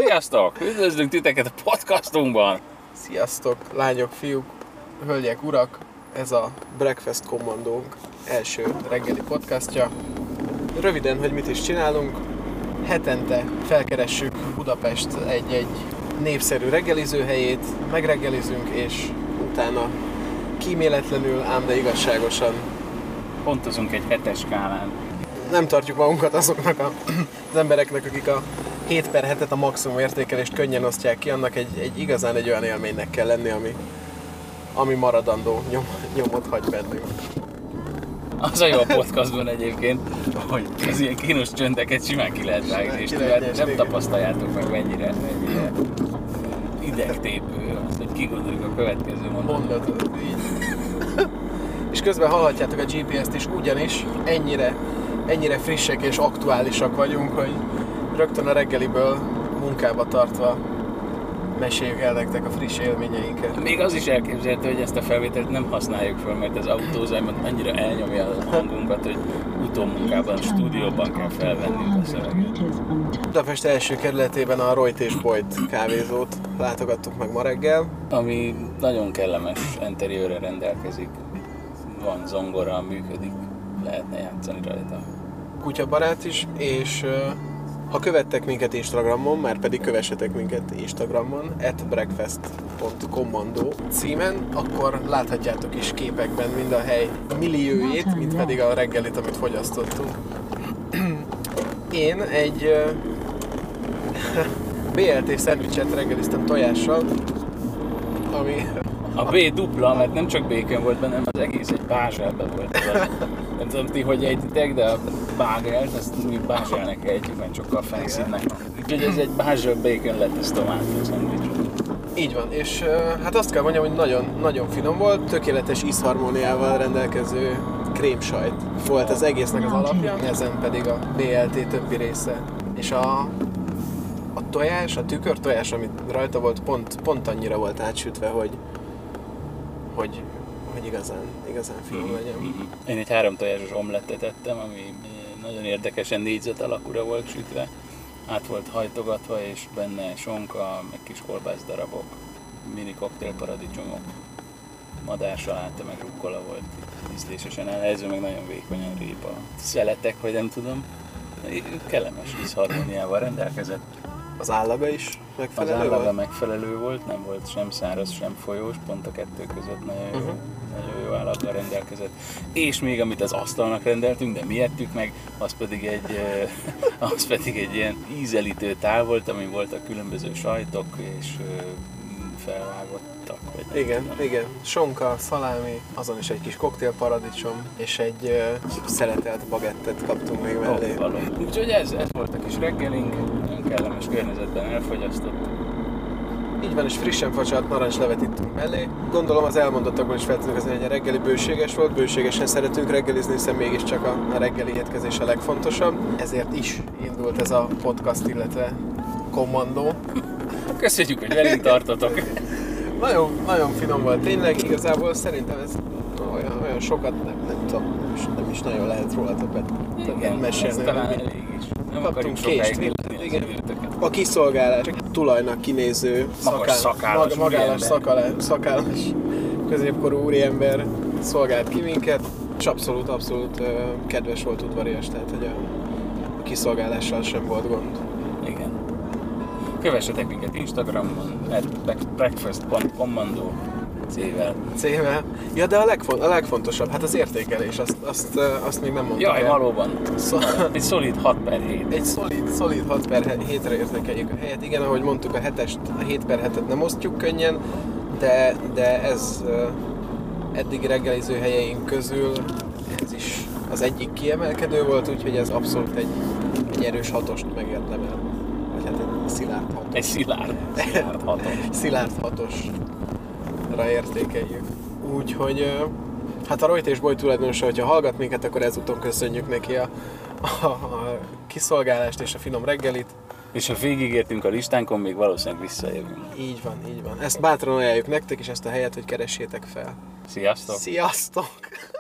Sziasztok! Üdvözlünk titeket a podcastunkban! Sziasztok, lányok, fiúk, hölgyek, urak! Ez a Breakfast Commandónk első reggeli podcastja. Röviden, hogy mit is csinálunk. Hetente felkeressük Budapest egy népszerű reggelizőhelyét, megreggelizünk, és utána kíméletlenül, ám de igazságosan Pontozunk egy 7-es skálán. nem tartjuk magunkat azoknak az embereknek, akik a 7/7-et a maximum értékelést könnyen osztják ki, annak egy igazán egy olyan élménynek kell lenni, ami maradandó nyomot hagy bennünk. Az a jó a podcastban egyébként, hogy az ilyen kínos csöndeket simán ki lehet vágni, és nem tapasztaljátok meg mennyire idegtépő az, hogy kigondoljuk a következő mondatot. Így. És közben hallhatjátok a GPS-t is, ugyanis ennyire frissek és aktuálisak vagyunk, hogy rögtön a reggeliből munkába tartva meséljük el nektek a friss élményeinket. Még az is elképzelhető, hogy ezt a felvételt nem használjuk fel, mert az autózajban annyira elnyomja a hangunkat, hogy utómunkában, a stúdióban kell felvennünk a szöveget. Budapest első kerületében a Rojt és Bojt kávézót látogattuk meg ma reggel. Ami nagyon kellemes interiőrre rendelkezik. Van zongora, működik, lehetne játszani rajta. Kutyabarát is, és ha követtek minket Instagramon, már pedig kövessetek minket Instagramon, @breakfast.commando címen, akkor láthatjátok is képekben mind a hely milliójét, mint pedig a reggelit, amit fogyasztottunk. Én egy BLT szendvicset reggeliztem tojással, ami... A B dupla, mert nem csak bacon volt benne, hanem az egész egy bázsálben volt. Nem tudom ti, hogy ejtitek, de a bágelt, azt mi bázsálnak ejtjük, mert sokkal fancy-nek. Úgyhogy ez egy bázsal bacon lettuce tomato szendvics. Így van, és hát azt kell mondjam, hogy nagyon, nagyon finom volt, tökéletes ízharmóniával rendelkező krémsajt volt az egésznek az alapja, ezen pedig a BLT többi része. És a tojás, a tükörtojás, amit rajta volt, pont annyira volt átsütve, hogy igazán finom legyen. Én egy 3 tojásos omlettet ettem, ami nagyon érdekesen négyzet alakúra volt sütve. Át volt hajtogatva, és benne sonka, meg kis kolbász darabok, mini koktélparadicsomok, madársaláta, meg rukkola volt ízlésesen elhelyezve, meg nagyon vékonyan répa. Szeletek, vagy nem tudom. Kellemes ízharmóniával rendelkezett. Az állaga is megfelelő volt? Az állaga megfelelő volt, nem volt sem száraz, sem folyós, pont a kettő között nagyon jó állaggal rendelkezett. És még amit az asztalnak rendeltünk, de mi ettük meg, az pedig egy ilyen ízelítő tál volt, ami voltak különböző sajtok és felvágottak. Vagy igen. Sonka, szalámi, azon is egy kis koktélparadicsom, és egy szeletelt bagettet kaptunk még mellé. Úgyhogy ez volt a kis reggelink, nagyon kellemes környezetben elfogyasztott. Így van, és frissen facsart narancslevet ittunk mellé. Gondolom az elmondottakból is feltűnik az, hogy a reggeli bőséges volt, bőségesen szeretünk reggelizni, hiszen mégiscsak a reggeli étkezés a legfontosabb. Ezért is indult ez a podcast, illetve kommandó. Köszönjük, hogy velünk tartotok! Nagyon finom volt tényleg, igazából szerintem ez olyan sokat nem is nagyon lehet róla többet mesélni. Ez talán elég is. Nem akarjuk sokáig villani az őrtöket. A kiszolgálás, tulajnak kinéző, szakállas, középkorú úriember szolgált ki minket, és abszolút kedves volt, udvarias, tehát hogy a kiszolgálással sem volt gond. Igen. Kövessetek minket Instagramon, breakfast.commando C-vel. Ja, de a legfontosabb, hát az értékelés, azt még nem mondtam. Jaj, valóban. Egy szolid 6/7. Egy szolid 6/7-re értékeljük a helyet. Igen, ahogy mondtuk, a 7/7-et nem osztjuk könnyen, de ez eddigi reggeliző helyeink közül ez is az egyik kiemelkedő volt, úgyhogy ez abszolút egy erős 6-ost megérdemel. Vagy hát egy szilárd 6-os. Egy szilárd 6-os. Szilárd 6-osra értékeljük. Úgyhogy hát a Rojt és Boly tulajdonosa, hogyha hallgat minket, akkor ezúton köszönjük neki a kiszolgálást és a finom reggelit. És ha végigértünk a listánkon, még valószínűleg visszajövünk. Így van. Ezt bátran ajánljuk nektek, és ezt a helyet, hogy keressétek fel. Sziasztok! Sziasztok!